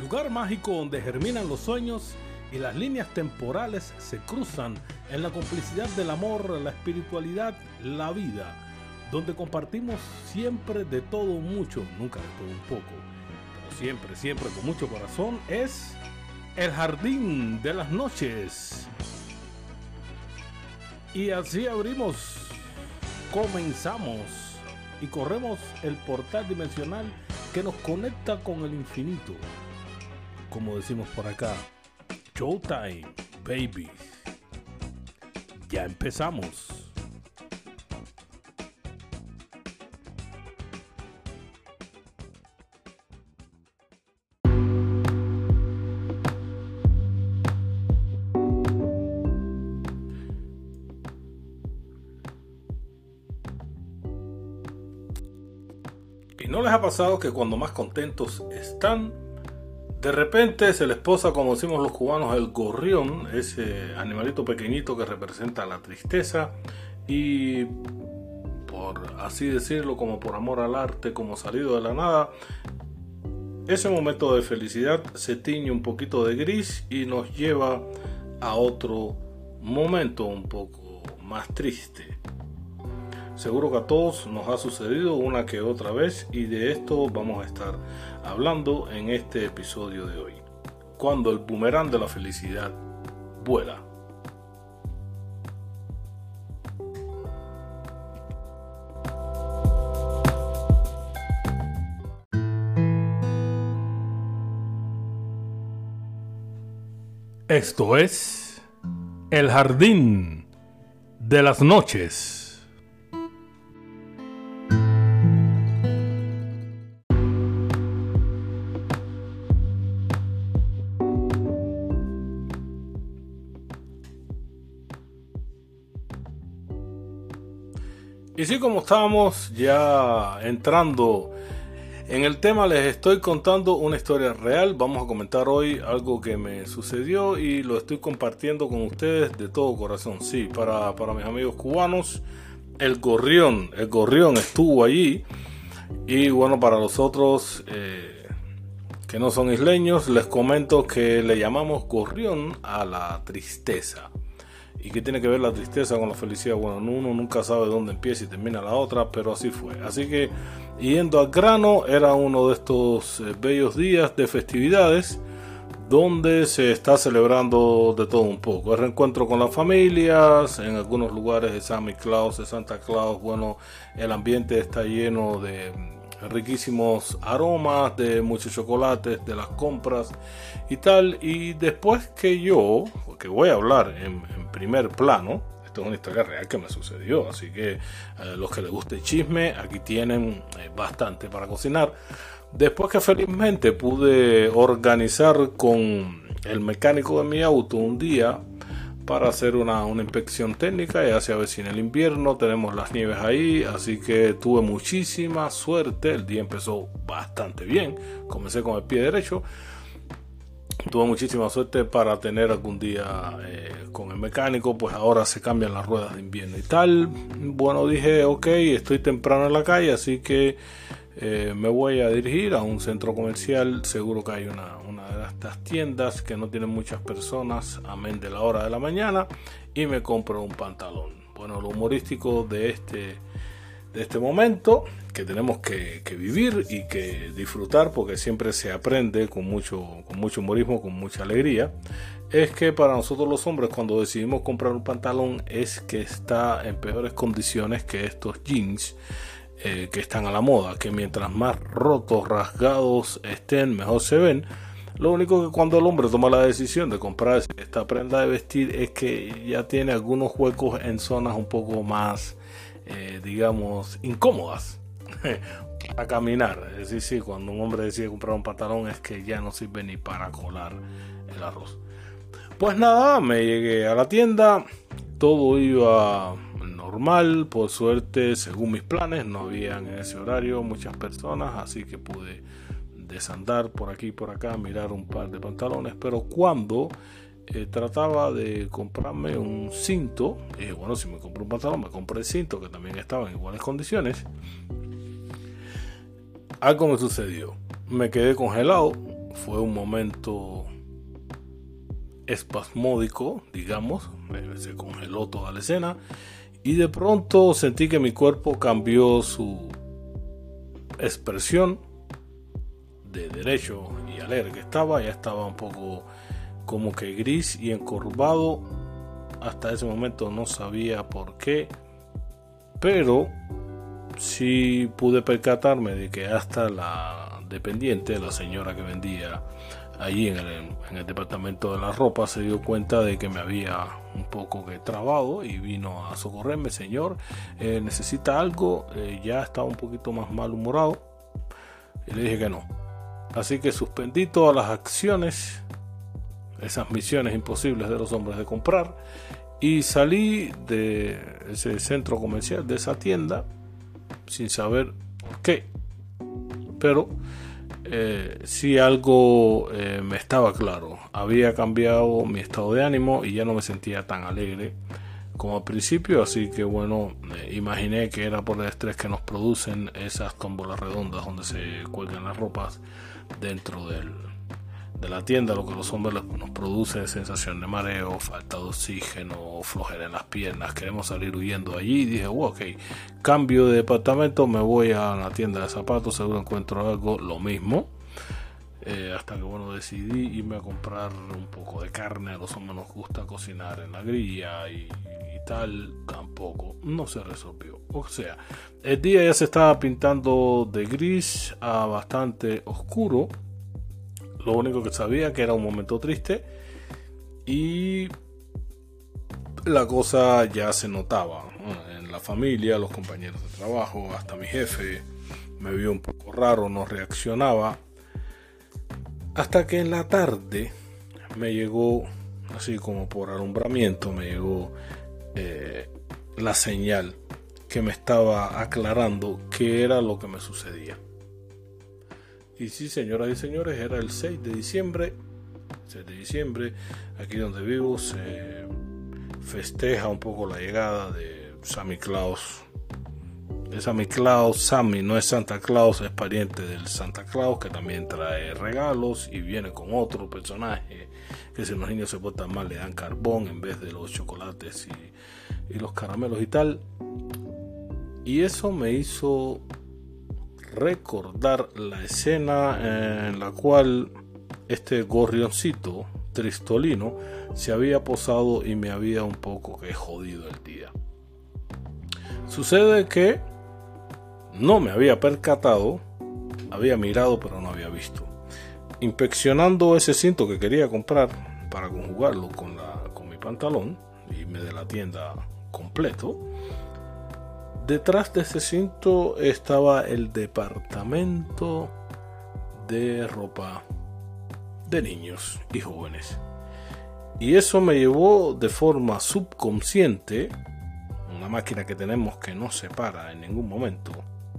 lugar mágico donde germinan los sueños y las líneas temporales se cruzan en la complicidad del amor, la espiritualidad, la vida, donde compartimos siempre de todo mucho, nunca de todo un poco, pero siempre con mucho corazón, es el Jardín de las Noches. Y así abrimos, comenzamos y corremos el portal dimensional que nos conecta con el infinito. Como decimos por acá, Showtime, baby. Ya empezamos. ¿Y no les ha pasado que cuando más contentos están, de repente se les posa, como decimos los cubanos, el gorrión, ese animalito pequeñito que representa la tristeza, y por así decirlo, como por amor al arte, como salido de la nada, ese momento de felicidad se tiñe un poquito de gris y nos lleva a otro momento un poco más triste? Seguro que a todos nos ha sucedido una que otra vez, y de esto vamos a estar hablando en este episodio de hoy. Cuando el boomerang de la felicidad vuela. Esto es el Jardín de las Noches. Y sí, como estábamos ya entrando en el tema, les estoy contando una historia real. Vamos a comentar hoy algo que me sucedió y lo estoy compartiendo con ustedes de todo corazón. Sí, para mis amigos cubanos, el gorrión estuvo allí. Y bueno, para los otros que no son isleños, les comento que le llamamos gorrión a la tristeza. ¿Y qué tiene que ver la tristeza con la felicidad? Bueno, uno nunca sabe dónde empieza y termina la otra, pero así fue. Así que, yendo al grano, era uno de estos bellos días de festividades donde se está celebrando de todo un poco. El reencuentro con las familias, en algunos lugares de Santa Claus. Bueno, el ambiente está lleno de riquísimos aromas, de muchos chocolates, de las compras y tal. Y después que voy a hablar en primer plano, esto es una historia real que me sucedió, así que los que les guste chisme, aquí tienen bastante para cocinar. Después que felizmente pude organizar con el mecánico de mi auto un día para hacer una inspección técnica, ya se avecina el invierno, tenemos las nieves ahí, así que tuve muchísima suerte. El día empezó bastante bien, comencé con el pie derecho, tuve muchísima suerte para tener algún día con el mecánico. Pues ahora se cambian las ruedas de invierno y tal. Bueno, dije, ok, estoy temprano en la calle, así que me voy a dirigir a un centro comercial. Seguro que hay una de estas tiendas que no tienen muchas personas, amén de la hora de la mañana, y me compro un pantalón. Bueno, lo humorístico de este momento que tenemos que vivir y que disfrutar, porque siempre se aprende con mucho humorismo, con mucha alegría, es que para nosotros los hombres, cuando decidimos comprar un pantalón, es que está en peores condiciones que estos jeans que están a la moda, que mientras más rotos, rasgados estén, mejor se ven. Lo único que cuando el hombre toma la decisión de comprar esta prenda de vestir es que ya tiene algunos huecos en zonas un poco más, digamos, incómodas a caminar. Es decir, sí, cuando un hombre decide comprar un pantalón es que ya no sirve ni para colar el arroz. Pues nada, me llegué a la tienda, todo iba normal, por suerte, según mis planes. No habían en ese horario muchas personas, así que pude desandar por aquí y por acá, mirar un par de pantalones. Pero cuando trataba de comprarme un cinto, bueno, si me compro un pantalón, me compré el cinto, que también estaba en iguales condiciones. Algo me sucedió, me quedé congelado Fue un momento espasmódico, digamos. Se congeló toda la escena y de pronto sentí que mi cuerpo cambió su expresión de derecho y alegre que estaba. Ya estaba un poco como que gris y encorvado. Hasta ese momento no sabía por qué, pero sí pude percatarme de que hasta la dependiente, la señora que vendía allí en el departamento de la ropa, se dio cuenta de que me había un poco que trabado y vino a socorrerme. Señor, necesita algo. Ya estaba un poquito más malhumorado y le dije que no. Así que suspendí todas las acciones, esas misiones imposibles de los hombres de comprar, y salí de ese centro comercial, de esa tienda, sin saber por qué. Pero sí algo me estaba claro. Había cambiado mi estado de ánimo y ya no me sentía tan alegre como al principio. Así que bueno, imaginé que era por el estrés que nos producen esas tómbolas redondas donde se cuelgan las ropas dentro de la tienda. Lo que los hombres nos produce es sensación de mareo, falta de oxígeno, flojera en las piernas, queremos salir huyendo allí. Y dije, ok, cambio de departamento, me voy a la tienda de zapatos, seguro encuentro algo, lo mismo. Hasta que bueno, decidí irme a comprar un poco de carne. A los hombres nos gusta cocinar en la grilla y tal. Tampoco, no se resolvió. O sea, el día ya se estaba pintando de gris a bastante oscuro. Lo único que sabía que era un momento triste y la cosa ya se notaba, ¿no? En la familia, los compañeros de trabajo, hasta mi jefe me vio un poco raro, no reaccionaba. Hasta que en la tarde me llegó, así como por alumbramiento, me llegó la señal que me estaba aclarando qué era lo que me sucedía. Y sí, señoras y señores, era el 6 de diciembre. 6 de diciembre, aquí donde vivo, se festeja un poco la llegada de Santa Claus. Sammy no es Santa Claus, es pariente del Santa Claus, que también trae regalos y viene con otro personaje que si los niños se portan mal le dan carbón en vez de los chocolates y los caramelos y tal. Y eso me hizo recordar la escena en la cual este gorrioncito tristolino se había posado y me había un poco que jodido el día. Sucede que no me había percatado, había mirado pero no había visto. Inspeccionando ese cinto que quería comprar para conjugarlo con mi pantalón, irme de la tienda completo, detrás de ese cinto estaba el departamento de ropa de niños y jóvenes. Y eso me llevó de forma subconsciente, una máquina que tenemos que no se para en ningún momento,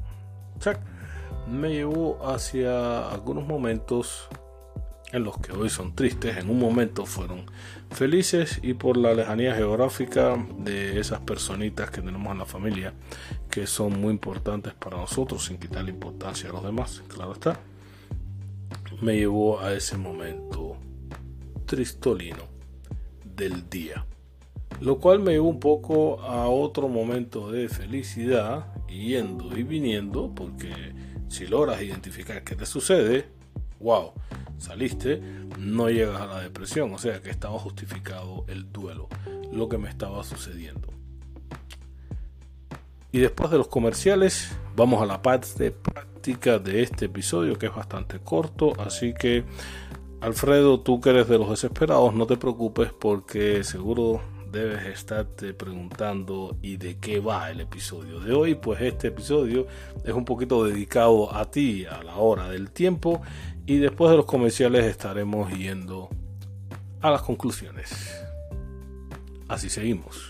me llevó hacia algunos momentos en los que hoy son tristes, en un momento fueron felices, y por la lejanía geográfica de esas personitas que tenemos en la familia, que son muy importantes para nosotros, sin quitarle importancia a los demás, claro está, me llevó a ese momento tristolino del día, lo cual me llevó un poco a otro momento de felicidad, yendo y viniendo, porque si logras identificar qué te sucede, wow, saliste, no llegas a la depresión. O sea que estaba justificado el duelo, lo que me estaba sucediendo. Y después de los comerciales, vamos a la parte práctica de este episodio, que es bastante corto. Así que, Alfredo, tú que eres de los desesperados, no te preocupes, porque seguro debes estarte preguntando ¿y de qué va el episodio de hoy? Pues este episodio es un poquito dedicado a ti, a la hora del tiempo, y después de los comerciales estaremos yendo a las conclusiones. Así seguimos.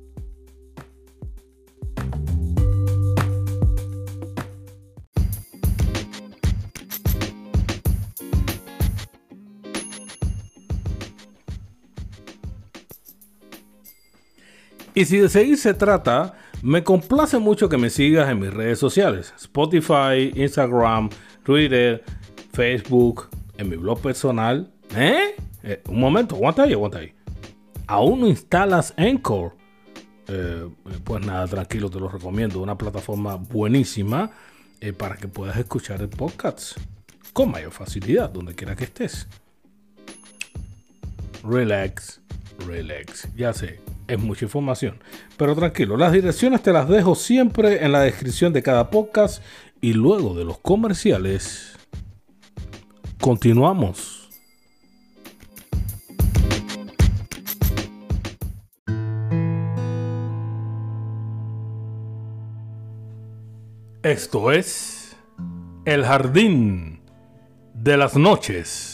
Y si de seguir se trata, me complace mucho que me sigas en mis redes sociales: Spotify, Instagram, Twitter, Facebook, en mi blog personal. Un momento, aguanta ahí. ¿Aún no instalas Anchor? Pues nada, tranquilo, te lo recomiendo. Una plataforma buenísima para que puedas escuchar el podcast con mayor facilidad, donde quiera que estés. Relax. Ya sé, es mucha información, pero tranquilo, las direcciones te las dejo siempre en la descripción de cada podcast y luego de los comerciales continuamos. Esto es El Jardín de las Noches.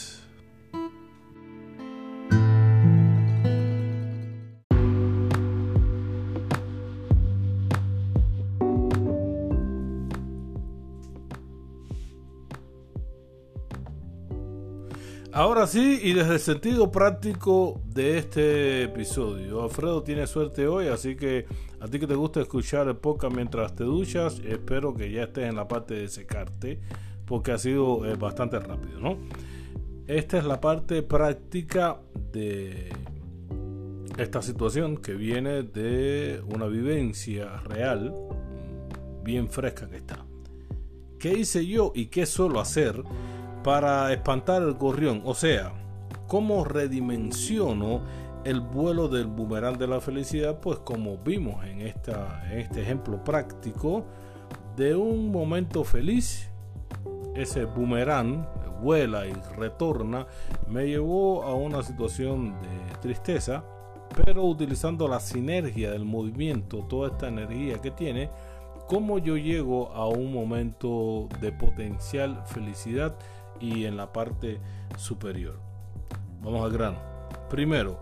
Ahora sí, y desde el sentido práctico de este episodio, Alfredo tiene suerte hoy, así que a ti que te gusta escuchar el podcast mientras te duchas, espero que ya estés en la parte de secarte, porque ha sido bastante rápido, ¿no? Esta es la parte práctica de esta situación que viene de una vivencia real, bien fresca que está. ¿Qué hice yo y qué suelo hacer para espantar el gorrión? O sea, ¿cómo redimensiono el vuelo del boomerang de la felicidad? Pues como vimos en este ejemplo práctico de un momento feliz, ese boomerang vuela y retorna, me llevó a una situación de tristeza, pero utilizando la sinergia del movimiento, toda esta energía que tiene, cómo yo llego a un momento de potencial felicidad y en la parte superior. Vamos al grano. Primero,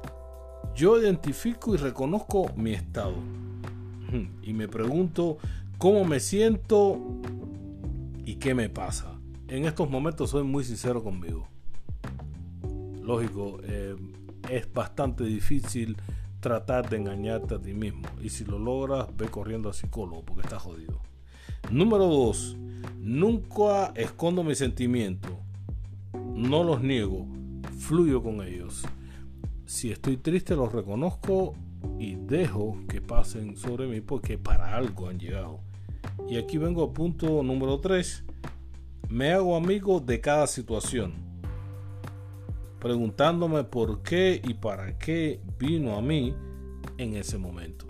yo identifico y reconozco mi estado y me pregunto cómo me siento y qué me pasa. En estos momentos soy muy sincero conmigo. Lógico, es bastante difícil tratar de engañarte a ti mismo, y si lo logras, ve corriendo al psicólogo porque estás jodido. Número 2, nunca escondo mis sentimientos, no los niego, fluyo con ellos. Si estoy triste, los reconozco y dejo que pasen sobre mí porque para algo han llegado. Y aquí vengo al punto número 3, me hago amigo de cada situación, preguntándome por qué y para qué vino a mí en ese momento.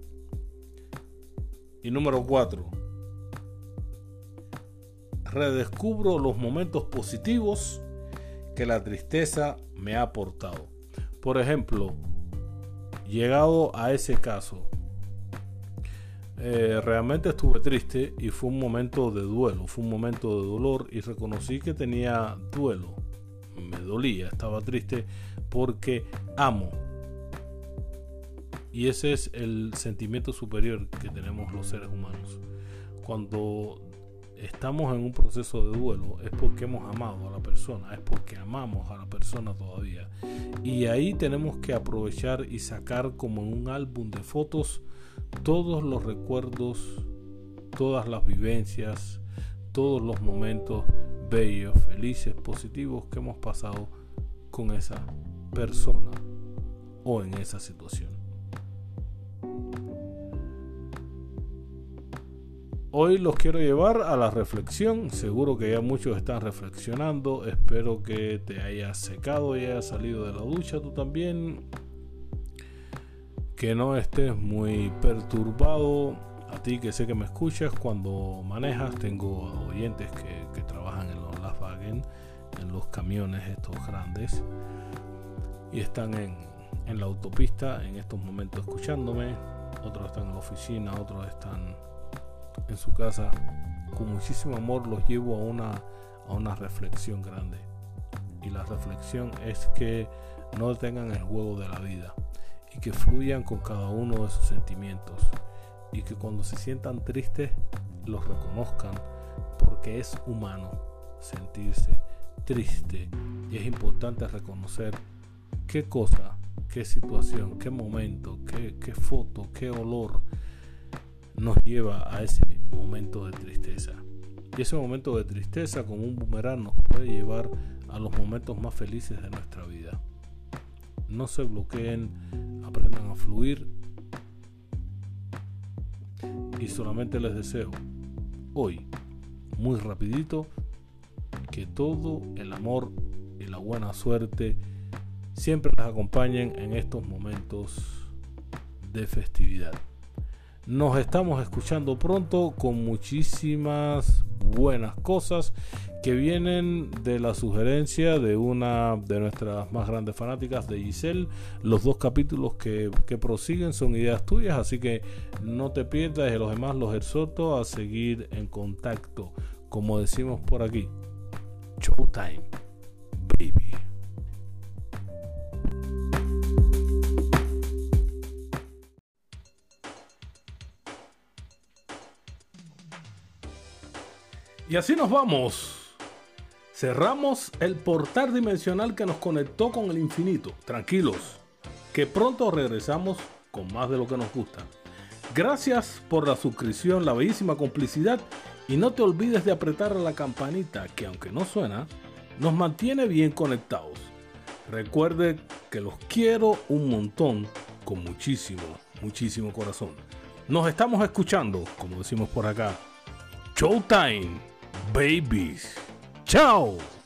Y número 4, redescubro los momentos positivos que la tristeza me ha aportado. Por ejemplo, llegado a ese caso, realmente estuve triste y fue un momento de duelo, fue un momento de dolor y reconocí que tenía duelo. Me dolía, estaba triste porque amo. Y ese es el sentimiento superior que tenemos los seres humanos. Cuando estamos en un proceso de duelo es porque hemos amado a la persona, es porque amamos a la persona todavía. Y ahí tenemos que aprovechar y sacar como en un álbum de fotos todos los recuerdos, todas las vivencias, todos los momentos bellos, felices, positivos que hemos pasado con esa persona o en esa situación. Hoy los quiero llevar a la reflexión. Seguro que ya muchos están reflexionando. Espero que te hayas secado y hayas salido de la ducha tú también. Que no estés muy perturbado. A ti que sé que me escuchas cuando manejas. Tengo oyentes que trabajan en los Lastwagen, en los camiones estos grandes, y están en la autopista en estos momentos escuchándome. Otros están en la oficina, otros están en su casa. Con muchísimo amor los llevo a una reflexión grande, y la reflexión es que no tengan el juego de la vida y que fluyan con cada uno de sus sentimientos, y que cuando se sientan tristes los reconozcan, porque es humano sentirse triste y es importante reconocer qué cosa, qué situación, qué momento, qué foto, qué olor nos lleva a ese momento de tristeza. Y ese momento de tristeza, como un boomerang, nos puede llevar a los momentos más felices de nuestra vida. No se bloqueen, aprendan a fluir y solamente les deseo hoy, muy rapidito, que todo el amor y la buena suerte siempre les acompañen en estos momentos de festividad. Nos estamos escuchando pronto con muchísimas buenas cosas que vienen de la sugerencia de una de nuestras más grandes fanáticas, de Giselle. Los 2 capítulos que prosiguen son ideas tuyas, así que no te pierdas, y a los demás los exhorto a seguir en contacto. Como decimos por aquí, Showtime, baby. Y así nos vamos. Cerramos el portal dimensional que nos conectó con el infinito. Tranquilos, que pronto regresamos con más de lo que nos gusta. Gracias por la suscripción, la bellísima complicidad, y no te olvides de apretar la campanita que, aunque no suena, nos mantiene bien conectados. Recuerde que los quiero un montón, con muchísimo, muchísimo corazón. Nos estamos escuchando, como decimos por acá, Showtime, babies. Chao.